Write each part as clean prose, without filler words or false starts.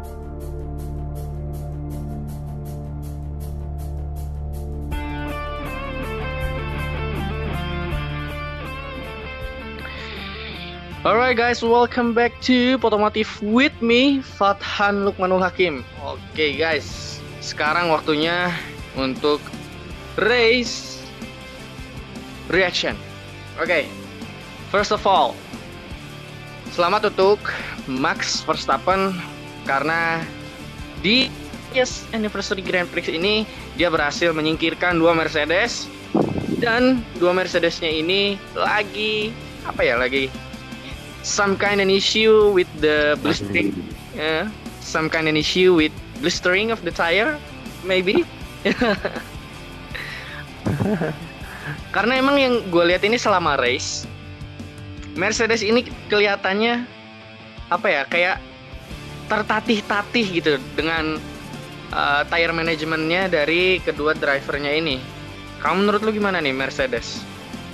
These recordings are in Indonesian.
Alright guys, welcome back to Potomotif with me, Fathan Lukmanul Hakim. Oke guys, sekarang waktunya untuk race reaction. Oke, first of all, selamat untuk Max Verstappen karena di anniversary Grand Prix ini dia berhasil menyingkirkan dua Mercedes, dan dua Mercedesnya ini lagi some kind of issue with the blistering, some kind of issue with blistering of the tire, maybe. Karena emang yang gue lihat ini selama race, Mercedes ini kelihatannya kayak tertatih-tatih gitu dengan tire manajemennya dari kedua drivernya ini. Kamu menurut lu gimana nih Mercedes?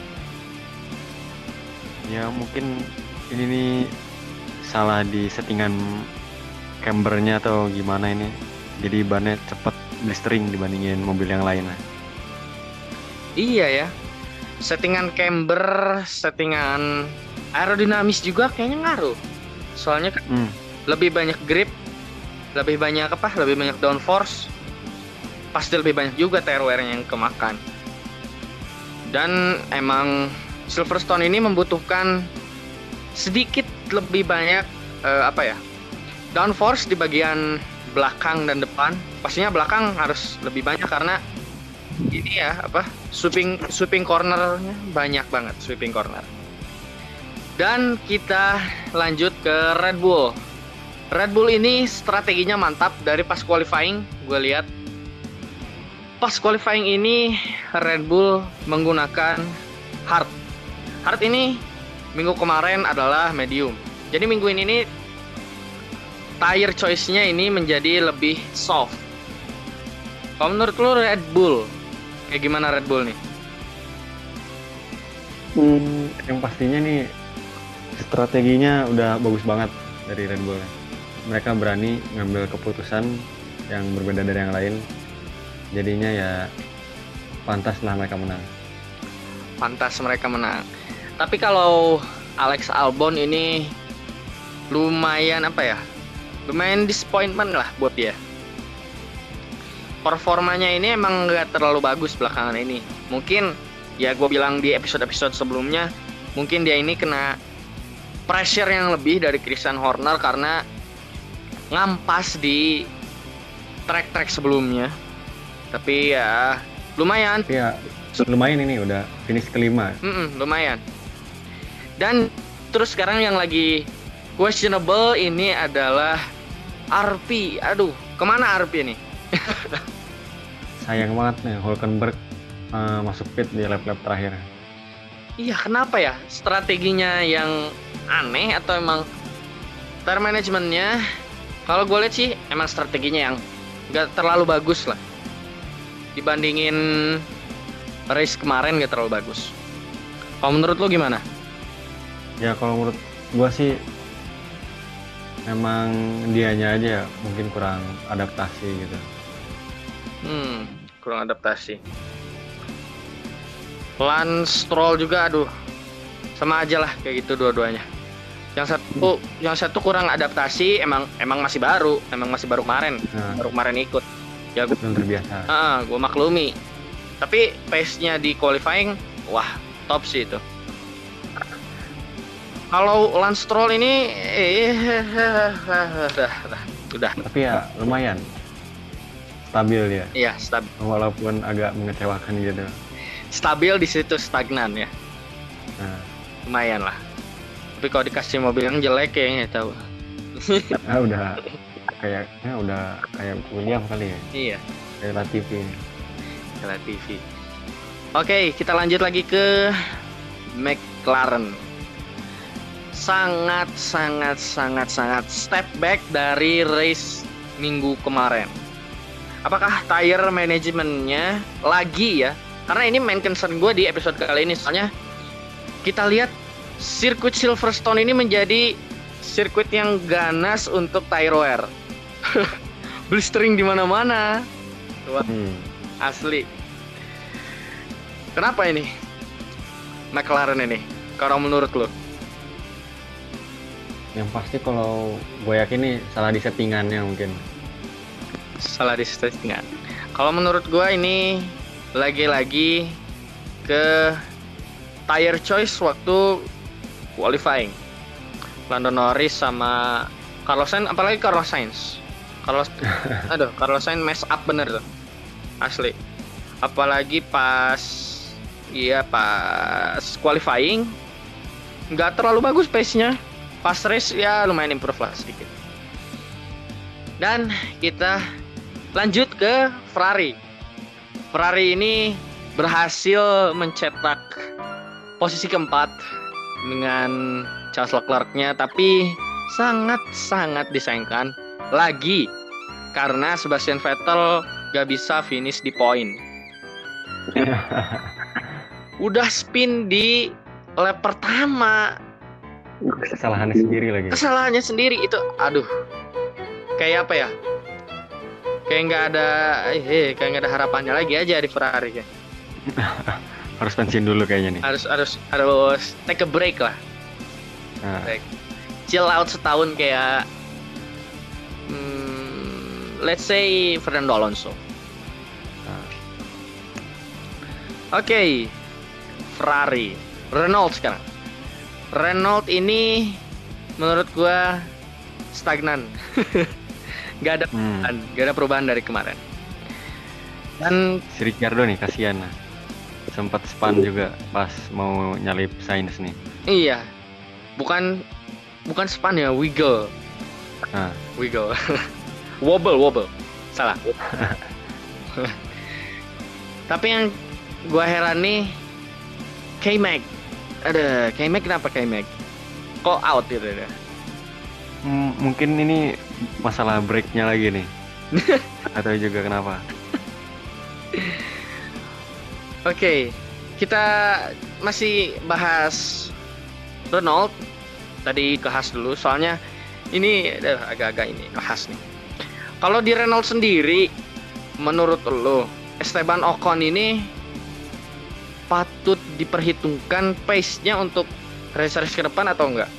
Ya mungkin ini nih salah di settingan cambernya atau gimana ini, jadi bannya cepet blistering dibandingin mobil yang lain. Iya ya, settingan camber, settingan aerodinamis juga kayaknya ngaruh. Soalnya kan lebih banyak grip, lebih banyak downforce, pasti lebih banyak juga tire wear-nya yang kemakan. Dan emang Silverstone ini membutuhkan sedikit lebih banyak downforce di bagian belakang dan depan. Pastinya belakang harus lebih banyak karena ini sweeping cornernya banyak banget, sweeping corner. Dan kita lanjut ke Red Bull. Red Bull ini strateginya mantap dari pas qualifying. Gue lihat pas qualifying ini Red Bull menggunakan hard ini minggu kemarin adalah medium. Jadi minggu ini nih tire choice-nya ini menjadi lebih soft. Kalau menurut lu Red Bull kayak gimana Red Bull nih? Yang pastinya nih strateginya udah bagus banget dari Red Bull. Mereka berani ngambil keputusan yang berbeda dari yang lain. Jadinya ya pantaslah mereka menang. Tapi kalau Alex Albon ini lumayan disappointment lah buat dia. Performanya ini emang nggak terlalu bagus belakangan ini. Mungkin ya gue bilang di episode sebelumnya, mungkin dia ini kena pressure yang lebih dari Christian Horner karena ngampas di track sebelumnya. Tapi ya lumayan. Ya lumayan, ini udah finish kelima. Lumayan. Dan terus sekarang yang lagi questionable ini adalah RP. Aduh, kemana RP nih? Sayang banget nih Hülkenberg masuk pit di lap-lap terakhir. Iya, kenapa ya? Strateginya yang aneh atau emang tire manajemennya? Kalau gue lihat sih emang strateginya yang gak terlalu bagus lah. Dibandingin race kemarin gak terlalu bagus. Kalau menurut lo gimana? Ya kalau menurut gua sih memang dianya aja mungkin kurang adaptasi gitu. Kurang adaptasi. Lance Stroll juga sama aja lah kayak gitu dua-duanya. Yang satu kurang adaptasi, emang masih baru kemarin. Baru kemarin ikut. Ya gua belum terbiasa. Gua maklumi. Tapi pace-nya di qualifying wah, top sih itu. Kalau Lance Stroll ini udah. Tapi ya lumayan stabil ya. Iya, stabil. Walaupun agak mengecewakan gitu. Stabil di situ stagnan ya. Lumayan lah. Tapi kalau dikasih mobil yang jelek kayaknya tahu. Udah kayak William kali ya. Iya. Kayak Latifi. Oke, kita lanjut lagi ke McLaren. Sangat step back dari race minggu kemarin. Apakah tire manajemennya lagi ya? Karena ini main concern gue di episode kali ini. Soalnya kita lihat sirkuit Silverstone ini menjadi sirkuit yang ganas untuk tire wear. blistering di mana-mana. Wah, asli. Kenapa ini McLaren ini? Kalau menurut lo? Yang pasti kalau gue yakin nih salah di settingannya mungkin. Salah di settingan. Kalau menurut gue ini lagi-lagi ke tire choice waktu qualifying. Lando Norris sama Carlos Sainz, apalagi Carlos Sainz. Carlos Sainz mess up bener tuh. Asli. Apalagi pas qualifying nggak terlalu bagus pace-nya. Pas race ya lumayan improve lah sedikit. Dan kita lanjut ke Ferrari. Ferrari ini berhasil mencetak posisi keempat dengan Charles Leclerc-nya, tapi sangat-sangat disayangkan lagi karena Sebastian Vettel gak bisa finish di poin. Udah spin di lap pertama. Kesalahannya sendiri lagi. Kesalahannya sendiri itu, aduh. Kayak apa ya? Kayak nggak ada harapannya lagi aja di Ferrari ya. Harus pensiun dulu kayaknya nih. Harus take a break lah. Chill out setahun kayak let's say Fernando Alonso. Oke. Ferrari, Renault sekarang. Renault ini menurut gua stagnan. Gak ada perubahan dari kemarin. Dan si Ricciardo nih kasihan lah. Sempat spun juga pas mau nyalip Sainz nih. Iya. Bukan spun ya, wiggle. Wiggle. wobble. Salah. Tapi yang gua heran nih K-Mag. K-Mag kenapa K-Mag? Kok out gitu ya? Mungkin ini masalah breaknya lagi nih. Atau juga kenapa? Oke, kita masih bahas Renault. Tadi ke Haas dulu, soalnya ini agak-agak ini Haas nih. Kalau di Renault sendiri, menurut lo Esteban Ocon ini patut diperhitungkan pace-nya untuk race-race ke depan atau enggak?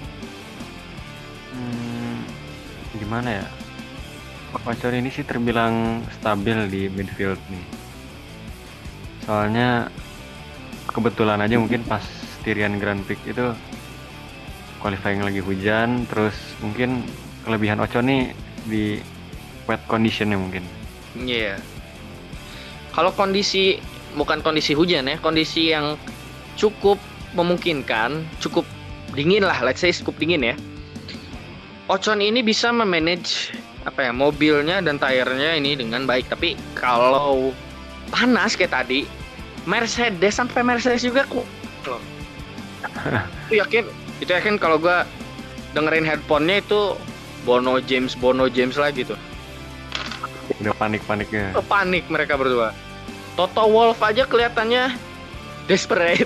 Gimana ya? Ocon ini sih terbilang stabil di midfield nih. Soalnya kebetulan aja mungkin pas Styrian Grand Prix itu qualifying lagi hujan, terus mungkin kelebihan Ocon nih di wet condition-nya mungkin. Iya. Yeah. Kalau bukan kondisi hujan ya, kondisi yang cukup memungkinkan, cukup dingin lah, let's say cukup dingin ya. Ocon ini bisa memanage mobilnya dan tire-nya ini dengan baik. Tapi kalau panas kayak tadi, Mercedes juga kok. Itu yakin kalau gue dengerin headphone-nya itu Bono James lagi tuh. Udah panik-paniknya. Panik mereka berdua. Toto Wolff aja kelihatannya desperate.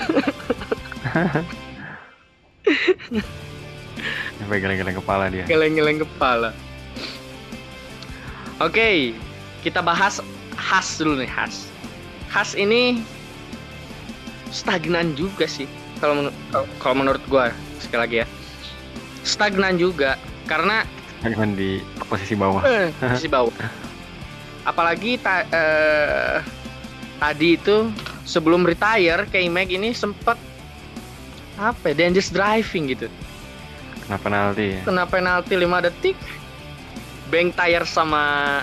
Sampai geleng-geleng kepala dia. Geleng-geleng kepala. Oke, kita bahas Haas dulu nih, Haas. Haas ini stagnan juga sih kalau menurut gua, sekali lagi ya. Stagnan juga karena stagnan di posisi bawah. Posisi bawah. Apalagi tadi itu sebelum retire K-Mag ini sempat dangerous driving gitu. Kena penalti 5 detik. Bank tire sama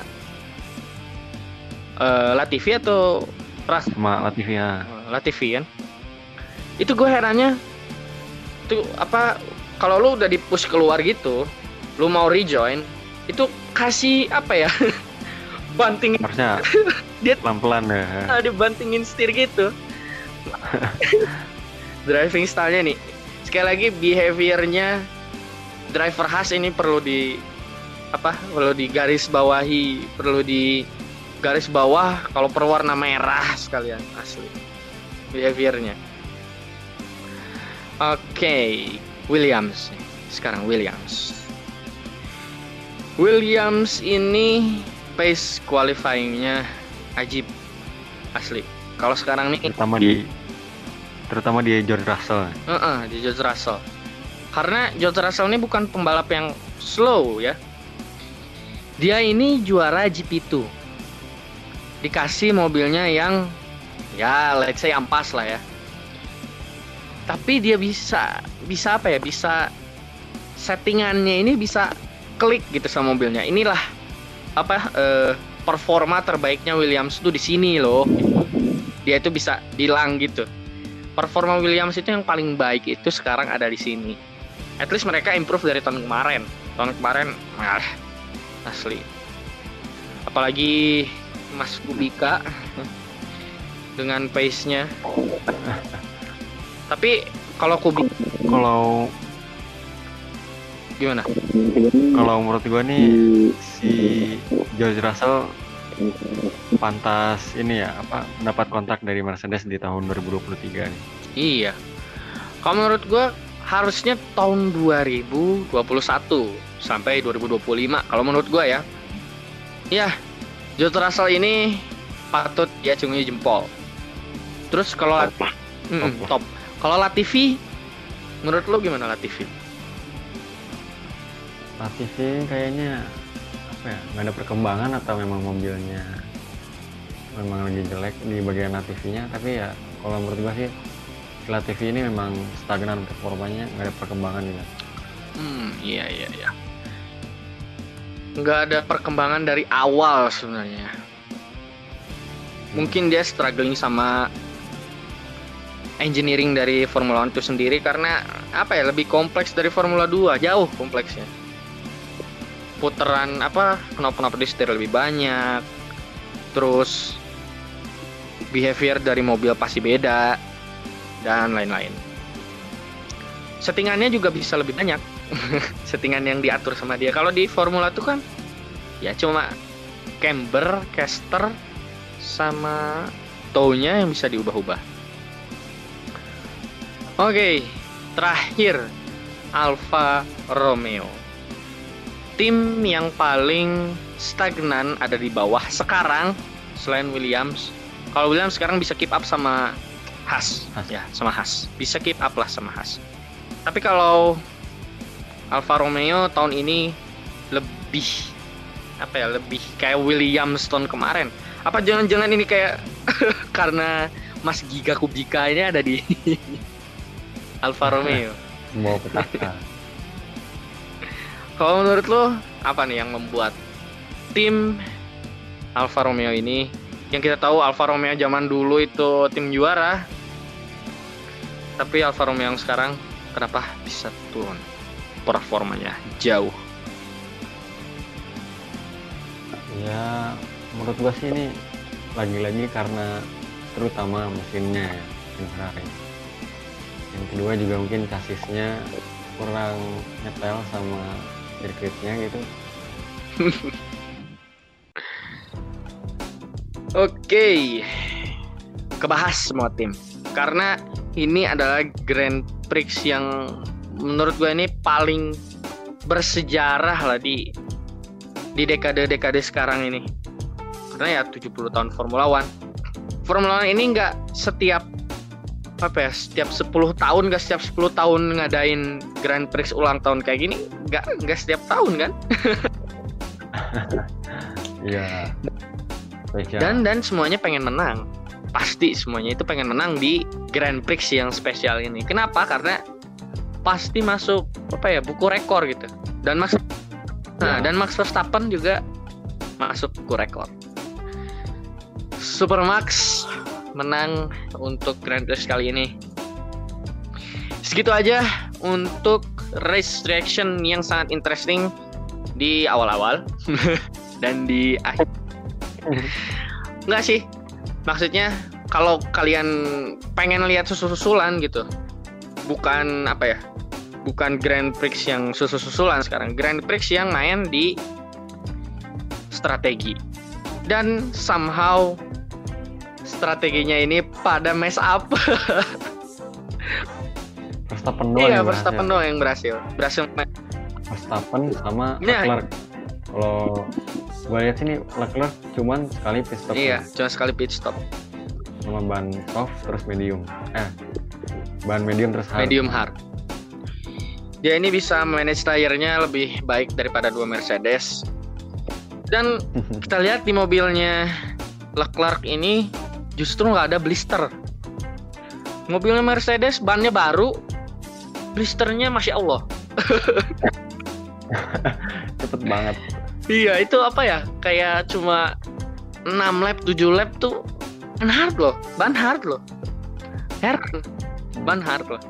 Latifi atau sama Latifi ya. Latifi kan. Itu gue herannya tuh kalau lu udah di-push keluar gitu, lu mau rejoin, itu kasih banting harusnya dia pelan-pelan ya. Dibantingin setir gitu. Driving style-nya nih. Sekali lagi behavior-nya driver Haas ini perlu di garis bawahi, perlu di garis bawah kalau perwarna merah sekalian asli behavior-nya. Oke, Williams. Williams ini pace qualifying-nya ajib asli. Kalau sekarang nih terutama di George Russell. Di George Russell. Karena George Russell ini bukan pembalap yang slow ya. Dia ini juara GP2. Dikasih mobilnya yang ya let's say ampas lah ya. Tapi dia bisa apa ya? Bisa settingannya ini bisa klik gitu sama mobilnya. Inilah performa terbaiknya Williams tuh di sini loh. Dia itu bisa bilang gitu. Performa Williams itu yang paling baik itu sekarang ada di sini. At least mereka improve dari tahun kemarin. Tahun kemarin asli. Apalagi Mas Kubica dengan pace-nya. Tapi kalau gimana? Kalau menurut gue nih si George Russell pantas ini ya mendapat kontrak dari Mercedes di tahun 2023 nih. Iya. Kalau menurut gue harusnya tahun 2021 sampai 2025 kalau menurut gue ya. Ya, George Russell ini patut diacungi jempol. Terus kalau top. Kalau Latifi menurut lo gimana Latifi? Latifi kayaknya nggak ada perkembangan atau memang mobilnya memang lagi jelek di bagian Latifinya. Tapi ya kalau menurut gua sih Latifi ini memang stagnan performanya, nggak ada perkembangan juga. Iya. Nggak ada perkembangan dari awal sebenarnya. Mungkin dia struggling sama engineering dari Formula 1 itu sendiri karena lebih kompleks dari Formula 2, jauh kompleksnya. Putaran knop di setir lebih banyak, terus behavior dari mobil pasti beda dan lain-lain. Settingannya juga bisa lebih banyak. Settingan yang diatur sama dia. Kalau di Formula 1 kan ya cuma camber, caster sama toe-nya yang bisa diubah-ubah. Oke, terakhir Alfa Romeo. Tim yang paling stagnan ada di bawah sekarang selain Williams. Kalau Williams sekarang bisa keep up sama Haas. Ya, sama Haas. Bisa keep up lah sama Haas. Tapi kalau Alfa Romeo tahun ini lebih lebih kayak Williams tahun kemarin. Apa jangan-jangan ini kayak karena Mas Giga Kubica ini ada di Alfa Romeo? Mau petaka. Kalau menurut lo apa nih yang membuat tim Alfa Romeo ini, yang kita tahu Alfa Romeo zaman dulu itu tim juara, tapi Alfa Romeo yang sekarang kenapa bisa turun performanya jauh? Ya menurut gua sih ini lagi-lagi karena terutama mesinnya ya, mesin Ferrari. Yang kedua juga mungkin chassisnya kurang nyetel sama sirkuitnya gitu. Oke, kebahas semua tim karena ini adalah Grand Prix yang menurut gue ini paling bersejarah lah di dekade-dekade sekarang ini. Karena ya 70 tahun Formula One. Formula One ini nggak setiap 10 tahun, nggak setiap 10 tahun ngadain Grand Prix ulang tahun kayak gini, nggak setiap tahun kan? Iya. Dan semuanya pengen menang, pasti semuanya itu pengen menang di Grand Prix yang spesial ini. Kenapa? Karena pasti masuk buku rekor gitu. Dan Max Verstappen juga masuk buku rekor. Supermax menang untuk Grand Prix kali ini. Segitu aja untuk race reaction yang sangat interesting di awal-awal dan di akhir. Enggak sih, maksudnya kalau kalian pengen lihat susul-susulan gitu, bukan Grand Prix yang susul-susulan sekarang, Grand Prix yang main di strategi. Dan somehow strateginya ini pada mess up. Verstappen doang Verstappen doang yang berhasil. Verstappen sama Leclerc. Kalau gue lihat sini Leclerc cuman sekali pit stop. Iya, cuma sekali pit stop. Sama ban soft terus medium. Ban medium terus hard. Medium hard. Dia ini bisa manage tire-nya lebih baik daripada dua Mercedes. Dan kita lihat di mobilnya Leclerc ini justru nggak ada blister. Mobilnya Mercedes bannya baru, blisternya Masya Allah. Cepet banget. Iya, itu apa ya? Kayak cuma 6 lap, 7 lap tuh hard loh, ban hard loh. Ban hard loh.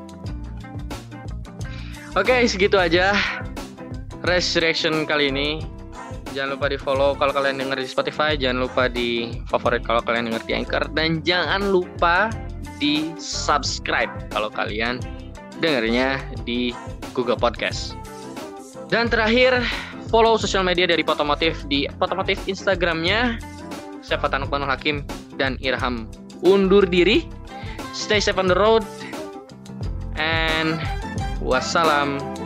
Oke, segitu aja Race Reaction kali ini. Jangan lupa di follow kalau kalian denger di Spotify. Jangan lupa di favorit kalau kalian denger di Anchor. Dan jangan lupa di subscribe kalau kalian dengernya di Google Podcast. Dan terakhir, follow sosial media dari Potomotif di Potomotif Instagramnya. Saya Fatanuk Banul Hakim dan Irham undur diri. Stay safe on the road. And wassalam.